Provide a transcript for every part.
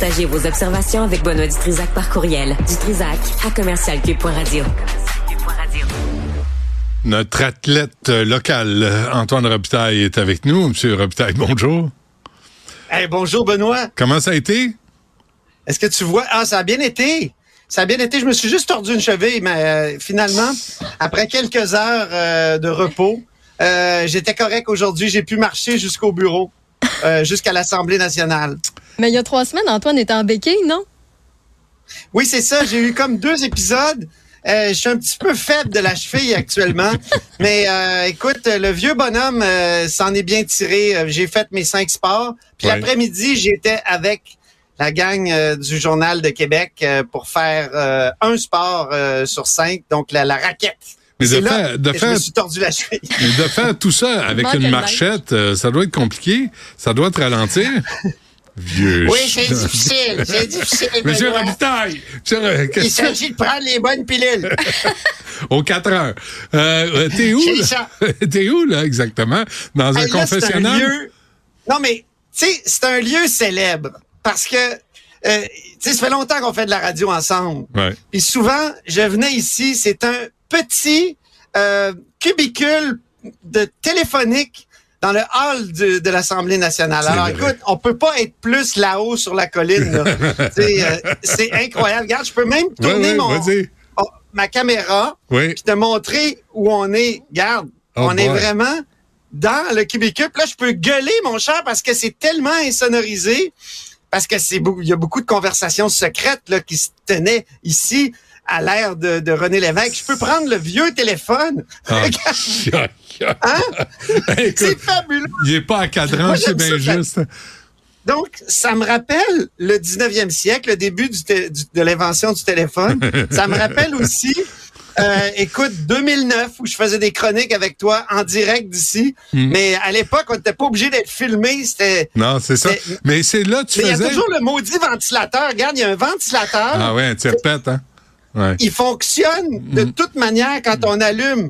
Partagez vos observations avec Benoît Dutrisac par courriel. dutrisac@commercialcube.radio. Notre athlète local, Antoine Robitaille, est avec nous. Monsieur Robitaille, bonjour. Hey, bonjour, Benoît. Comment ça a été? Est-ce que tu vois? Ah, ça a bien été. Ça a bien été. Je me suis juste tordu une cheville, mais finalement, après quelques heures de repos, j'étais correct aujourd'hui. J'ai pu marcher jusqu'au bureau, jusqu'à l'Assemblée nationale. Mais il y a 3 semaines, Antoine était en béquille, non? Oui, c'est ça. J'ai eu comme 2 épisodes. Je suis un petit peu faible de la cheville actuellement. Mais écoute, le vieux bonhomme s'en est bien tiré. J'ai fait mes 5 sports. Puis l'après-midi, j'étais avec la gang du Journal de Québec pour faire un sport sur 5, donc la raquette. Mais je me suis tordu la cheville. Mais de faire tout ça avec une marchette, ça doit être compliqué. Ça doit te ralentir. Vieux. Oui, c'est difficile. Monsieur Robitaille! Il s'agit de prendre les bonnes pilules. Aux 4 heures. T'es où, là? T'es où, là, exactement? Dans un confessionnal? C'est un lieu... Non, mais, tu sais, c'est un lieu célèbre. Parce que, tu sais, ça fait longtemps qu'on fait de la radio ensemble. Ouais. Puis souvent, je venais ici, c'est un petit cubicule de téléphonique dans le hall de l'Assemblée nationale. Alors, écoute, on peut pas être plus là-haut sur la colline. Là. C'est incroyable. Regarde, je peux même tourner ma caméra puis te montrer où on est. Regarde, on est vraiment dans le cubicule. Là, je peux gueuler, mon cher, parce que c'est tellement insonorisé, parce que il y a beaucoup de conversations secrètes là, qui se tenaient ici à l'ère de René Lévesque. Je peux prendre le vieux téléphone. Hein? Écoute, c'est fabuleux. Il n'est pas à cadran, c'est bien juste. Donc, ça me rappelle le 19e siècle, le début de l'invention du téléphone. Ça me rappelle aussi, écoute, 2009, où je faisais des chroniques avec toi en direct d'ici. Mais à l'époque, on n'était pas obligé d'être filmé. Non, c'est ça. Mais c'est là tu faisais... Il y a toujours le maudit ventilateur. Regarde, il y a un ventilateur. Ah ouais, un tire-pète, hein? Ouais. Il fonctionne de toute manière quand on allume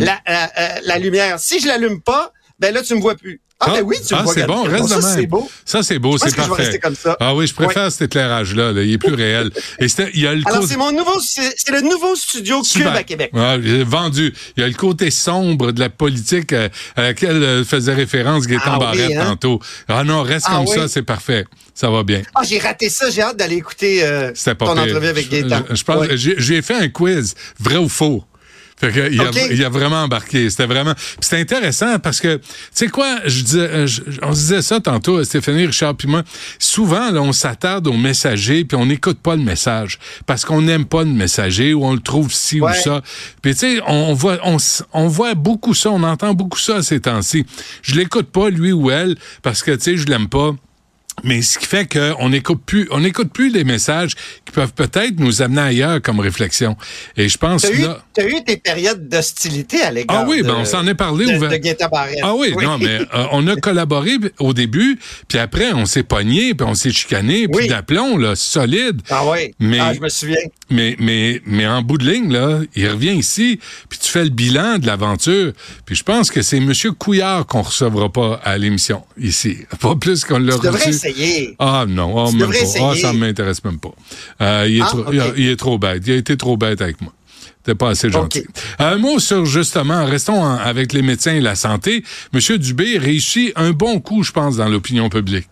la lumière. Si je l'allume pas, ben là, tu me vois plus. Ben oui, tu me vois. C'est bon, reste de même. C'est beau. Ça, c'est beau, c'est parfait. Je vais rester comme ça. Ah oui, je préfère cet éclairage-là. Il est plus réel. Et il y a Alors, c'est le nouveau studio Cube à Québec. Ah, vendu. Il y a le côté sombre de la politique à laquelle faisait référence Gaétan Barrette tantôt. Ah non, reste comme ça, c'est parfait. Ça va bien. Ah, j'ai raté ça. J'ai hâte d'aller écouter ton entrevue avec Gaétan. Je pense, j'ai fait un quiz, vrai ou faux. Fait que il a vraiment embarqué. C'était vraiment... C'était intéressant parce que, tu sais quoi, on se disait ça tantôt, Stéphanie, Richard puis moi. Souvent, là, on s'attarde au messager puis on n'écoute pas le message parce qu'on n'aime pas le messager ou on le trouve ci ou ça. Puis tu sais, on voit beaucoup ça, on entend beaucoup ça ces temps-ci. Je l'écoute pas, lui ou elle, parce que, tu sais, je l'aime pas. Mais ce qui fait qu'on n'écoute plus des messages qui peuvent peut-être nous amener ailleurs comme réflexion. Et je pense T'as eu tes périodes d'hostilité à l'égard. Ah oui, on s'en est parlé. De Gaétan Barrette. Ah oui, non, mais on a collaboré au début, puis après, on s'est pogné, puis on s'est chicané, puis d'aplomb, là, solide. Ah oui, je me souviens. Mais en bout de ligne, là, il revient ici, puis tu fais le bilan de l'aventure. Puis je pense que c'est M. Couillard qu'on recevra pas à l'émission, ici. Pas plus qu'on l'a reçu. Essayer. Ah non, même pas. Ah, ça ne m'intéresse même pas. Il est trop bête. Il a été trop bête avec moi. T'es pas assez gentil. Un mot sur, justement, restons avec les médecins et la santé. M. Dubé réussit un bon coup, je pense, dans l'opinion publique.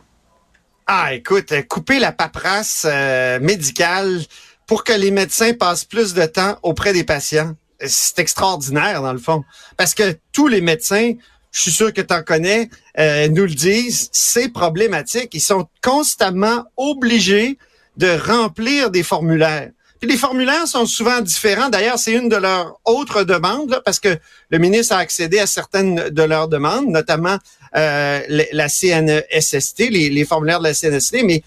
Ah, écoute, couper la paperasse médicale pour que les médecins passent plus de temps auprès des patients, c'est extraordinaire, dans le fond. Parce que tous les médecins, je suis sûr que tu en connais, nous le disent, c'est problématique. Ils sont constamment obligés de remplir des formulaires. Puis les formulaires sont souvent différents. D'ailleurs, c'est une de leurs autres demandes, là, parce que le ministre a accédé à certaines de leurs demandes, notamment la CNESST, les formulaires de la CNESST, mais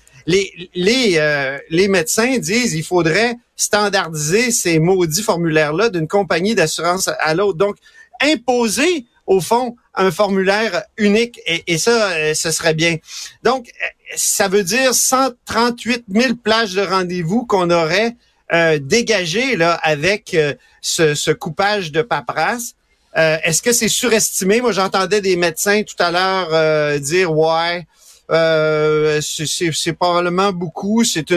les médecins disent qu'il faudrait standardiser ces maudits formulaires-là d'une compagnie d'assurance à l'autre. Donc, imposer, au fond, un formulaire unique, et ça, ce serait bien. Donc, ça veut dire 138 000 plages de rendez-vous qu'on aurait dégagées là, avec ce coupage de paperasse. Est-ce que c'est surestimé? Moi, j'entendais des médecins tout à l'heure dire « Ouais, c'est probablement beaucoup. C'est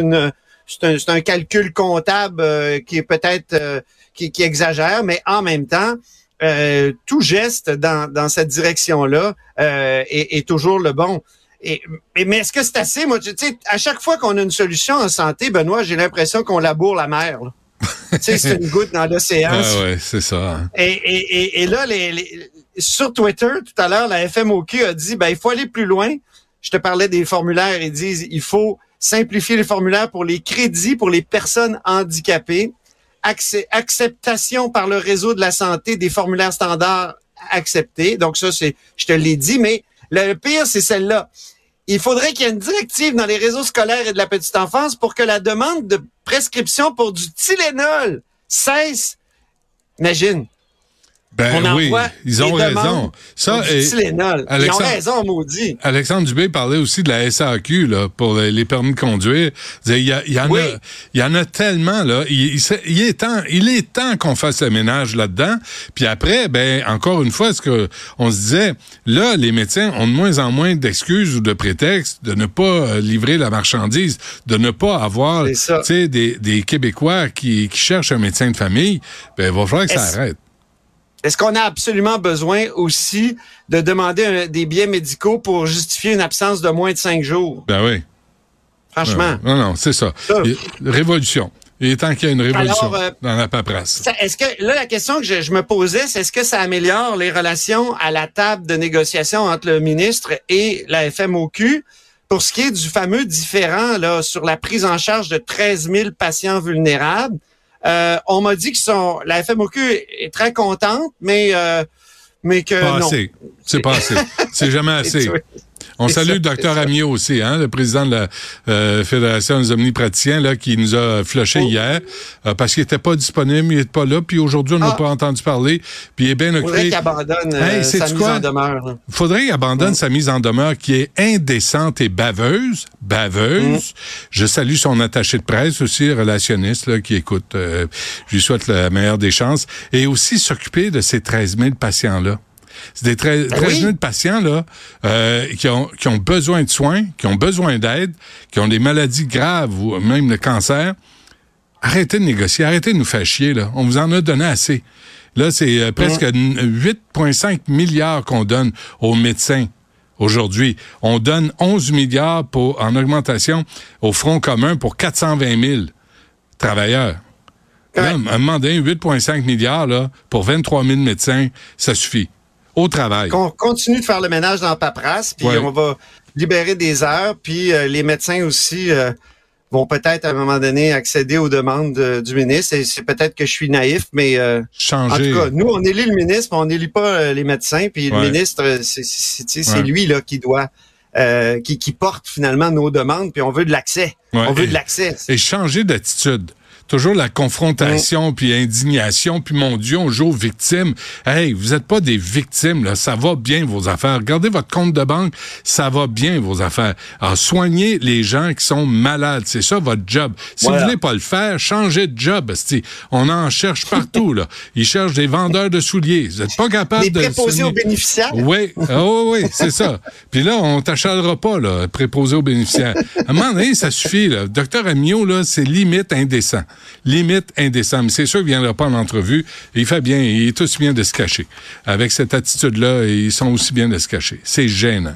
un calcul comptable qui est peut-être qui exagère, mais en même temps, tout geste dans cette direction-là est toujours le bon. Mais est-ce que c'est assez? Moi, tu sais, à chaque fois qu'on a une solution en santé, Benoît, j'ai l'impression qu'on laboure la mer. Tu sais, c'est une goutte dans l'océan. Ah ouais, c'est ça. Hein. Et là, sur Twitter, tout à l'heure, la FMOQ a dit, il faut aller plus loin. Je te parlais des formulaires. Ils disent, il faut simplifier les formulaires pour les crédits pour les personnes handicapées. Acceptation par le réseau de la santé des formulaires standards acceptés. Donc ça, je te l'ai dit, mais le pire, c'est celle-là. Il faudrait qu'il y ait une directive dans les réseaux scolaires et de la petite enfance pour que la demande de prescription pour du Tylenol cesse. Imagine. Oui, ils ont raison. Ça, Tylenol. Ils ont raison, maudit. Alexandre Dubé parlait aussi de la SAQ là, pour les permis de conduire. Il y en a tellement. Là. Il est temps qu'on fasse le ménage là-dedans. Puis après, encore une fois, on se disait, là, les médecins ont de moins en moins d'excuses ou de prétextes de ne pas livrer la marchandise, de ne pas avoir des Québécois qui cherchent un médecin de famille. Il va falloir que ça arrête. Est-ce qu'on a absolument besoin aussi de demander des billets médicaux pour justifier une absence de moins de 5 jours? Ben oui. Franchement. Non, c'est ça. Révolution. Il est temps qu'il y ait une révolution dans la paperasse. Est-ce que là, la question que je me posais, c'est est-ce que ça améliore les relations à la table de négociation entre le ministre et la FMOQ pour ce qui est du fameux différend là sur la prise en charge de 13 000 patients vulnérables? On m'a dit que la FMOQ est très contente, mais que pas non. Assez. C'est pas assez. C'est jamais assez. On salue le Dr Amiot aussi, le président de la Fédération des omnipraticiens, là, qui nous a flushé hier, parce qu'il était pas disponible, il n'est pas là, puis aujourd'hui, on n'a pas entendu parler, puis il est bien occupé. Il faudrait qu'il abandonne sa mise en demeure. Il faudrait qu'il abandonne sa mise en demeure qui est indécente et baveuse. Je salue son attaché de presse aussi, relationniste, là, qui écoute. Je lui souhaite la meilleure des chances. Et aussi s'occuper de ces 13 000 patients-là. C'est des 13 000 patients là, qui ont besoin de soins, qui ont besoin d'aide, qui ont des maladies graves ou même le cancer. Arrêtez de négocier, arrêtez de nous faire chier. Là. On vous en a donné assez. Là, c'est presque 8,5 milliards qu'on donne aux médecins aujourd'hui. On donne 11 milliards en augmentation au Front commun pour 420 000 travailleurs. Là, à un moment donné, 8,5 milliards là, pour 23 000 médecins, ça suffit. Au travail. Qu'on continue de faire le ménage dans la paperasse, puis on va libérer des heures, puis les médecins aussi vont peut-être à un moment donné accéder aux demandes du ministre. Et c'est peut-être que je suis naïf, mais en tout cas, nous, on élit le ministre, mais on n'élit pas les médecins, puis le ministre, c'est lui là qui doit qui porte finalement nos demandes, puis on veut de l'accès. On veut de l'accès. Et changer d'attitude. Toujours la confrontation, puis indignation, puis mon Dieu, on joue aux victimes. Hey, vous êtes pas des victimes, là. Ça va bien, vos affaires. Regardez votre compte de banque, ça va bien, vos affaires. Alors, soignez les gens qui sont malades. C'est ça, votre job. Si vous voulez pas le faire, changez de job. On en cherche partout, là. Ils cherchent des vendeurs de souliers. Vous êtes pas capable de... Des préposés aux bénéficiaires? Oui, oui, c'est ça. Puis là, on t'achalera pas, là, préposé aux bénéficiaires. À un moment donné, ça suffit, là. Docteur Amiot, là, c'est limite indécent. Limite indécent. Mais c'est sûr qu'il ne viendra pas en entrevue. Il fait bien, il est aussi bien de se cacher. Avec cette attitude-là, ils sont aussi bien de se cacher. C'est gênant.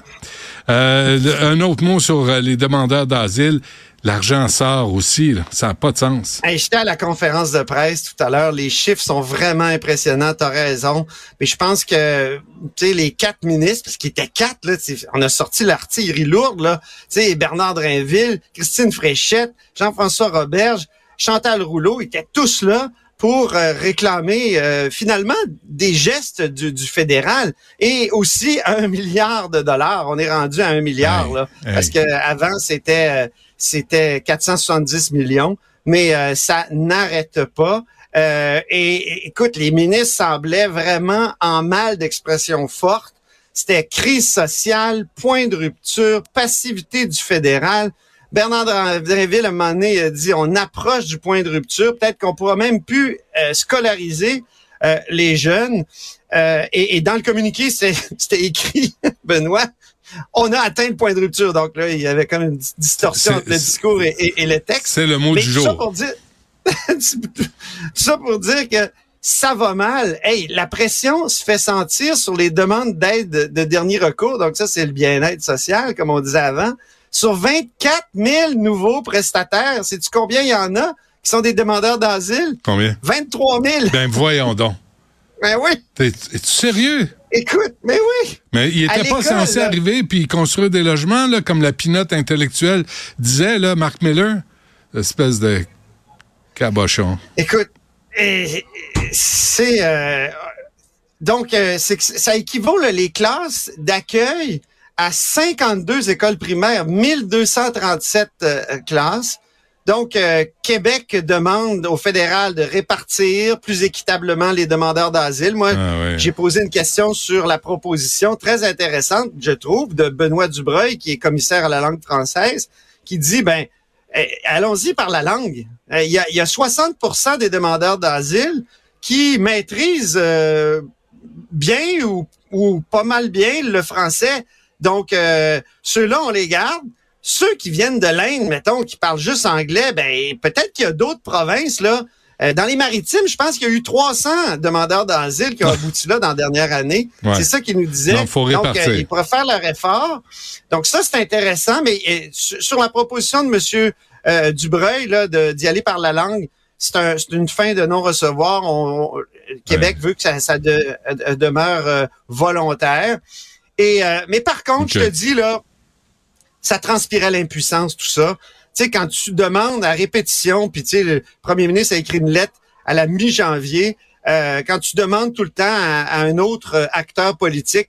Un autre mot sur les demandeurs d'asile. L'argent sort aussi, là. Ça n'a pas de sens. Hey, j'étais à la conférence de presse tout à l'heure. Les chiffres sont vraiment impressionnants. T'as raison. Mais je pense que, tu sais, les 4 ministres, parce qu'il était 4, là, on a sorti l'artillerie lourde, là. Tu sais, Bernard Drinville, Christine Fréchette, Jean-François Roberge, Chantal Rouleau, ils étaient tous là pour réclamer finalement des gestes du fédéral et aussi 1 milliard de dollars. On est rendu à 1 milliard là, parce que avant c'était 470 millions, mais ça n'arrête pas. Et écoute, les ministres semblaient vraiment en mal d'expression forte. C'était crise sociale, point de rupture, passivité du fédéral. Bernard Drinville, à un moment donné, a dit on approche du point de rupture. Peut-être qu'on pourra même plus scolariser les jeunes. Et dans le communiqué, c'était écrit, Benoît, on a atteint le point de rupture. Donc là, il y avait comme une distorsion entre le discours et le texte. C'est le mot du jour. Ça pour dire, tout ça pour dire que ça va mal. Hey, la pression se fait sentir sur les demandes d'aide de dernier recours. Donc ça, c'est le bien-être social, comme on disait avant. Sur 24 000 nouveaux prestataires, sais-tu combien il y en a qui sont des demandeurs d'asile? Combien? 23 000. Ben voyons donc. Ben oui. Es-tu sérieux? Écoute, mais oui. Mais il était pas censé arriver puis construire des logements, là, comme la pinotte intellectuelle disait, là, Mark Miller. Espèce de cabochon. Écoute, donc ça équivaut là, les classes d'accueil à 52 écoles primaires, 1237 classes. Donc, Québec demande au fédéral de répartir plus équitablement les demandeurs d'asile. Moi, j'ai posé une question sur la proposition très intéressante, je trouve, de Benoît Dubreuil, qui est commissaire à la langue française, qui dit, allons-y par la langue. Il y a 60% des demandeurs d'asile qui maîtrisent bien ou pas mal bien le français. Donc, ceux-là, on les garde. Ceux qui viennent de l'Inde, mettons, qui parlent juste anglais, peut-être qu'il y a d'autres provinces, là. Dans les maritimes, je pense qu'il y a eu 300 demandeurs d'asile qui ont abouti là dans la dernière année. Ouais. C'est ça qu'il nous disait. Donc, faut répartir. Ils pourraient faire leur effort. Donc, ça, c'est intéressant. Mais sur la proposition de monsieur Dubreuil, là, d'y aller par la langue, c'est une fin de non-recevoir. Québec veut que ça demeure volontaire. Mais par contre, je te dis, là, ça transpirait l'impuissance, tout ça. Tu sais, quand tu demandes à répétition, puis tu sais, le premier ministre a écrit une lettre à la mi-janvier, quand tu demandes tout le temps à un autre acteur politique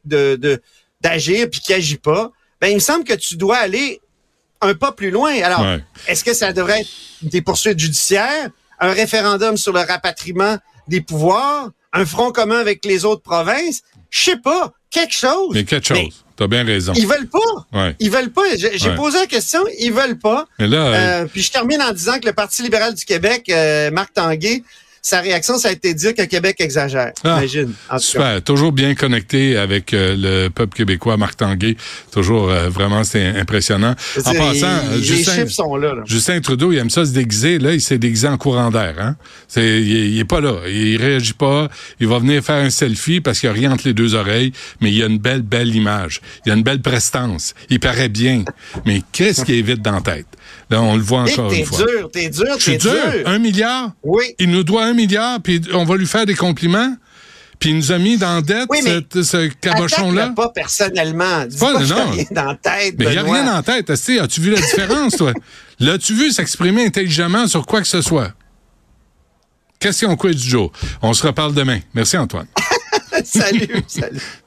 d'agir puis qui agit pas, il me semble que tu dois aller un pas plus loin. Alors, est-ce que ça devrait être des poursuites judiciaires, un référendum sur le rapatriement des pouvoirs, un front commun avec les autres provinces? Je sais pas, quelque chose. Mais quelque chose. T'as bien raison. Ils veulent pas. Ouais. Ils veulent pas. J'ai posé la question, ils veulent pas. Mais là, puis je termine en disant que le Parti libéral du Québec, Marc Tanguay, sa réaction, ça a été de dire que Québec exagère. Imagine. Super. Toujours bien connecté avec le peuple québécois, Marc Tanguay. Toujours, vraiment, c'est impressionnant. En passant, les chiffres sont là. Justin Trudeau, il aime ça se déguiser. Là, il s'est déguisé en courant d'air. Hein? Il est pas là. Il réagit pas. Il va venir faire un selfie parce qu'il y a rien entre les deux oreilles. Mais il y a une belle image. Il y a une belle prestance. Il paraît bien. Mais qu'est-ce qui est vite dans la tête? Là, on le voit encore une fois. T'es dur. 1 milliard? Oui. Il nous doit 1 milliard, puis on va lui faire des compliments. Puis il nous a mis dans la dette, ce cabochon-là. Pas personnellement. Dis pas non. Rien dans la tête, mais il n'y a rien dans la tête. As-tu vu la différence, toi? L'as-tu vu s'exprimer intelligemment sur quoi que ce soit? Question quiz du jour. On se reparle demain. Merci, Antoine. Salut.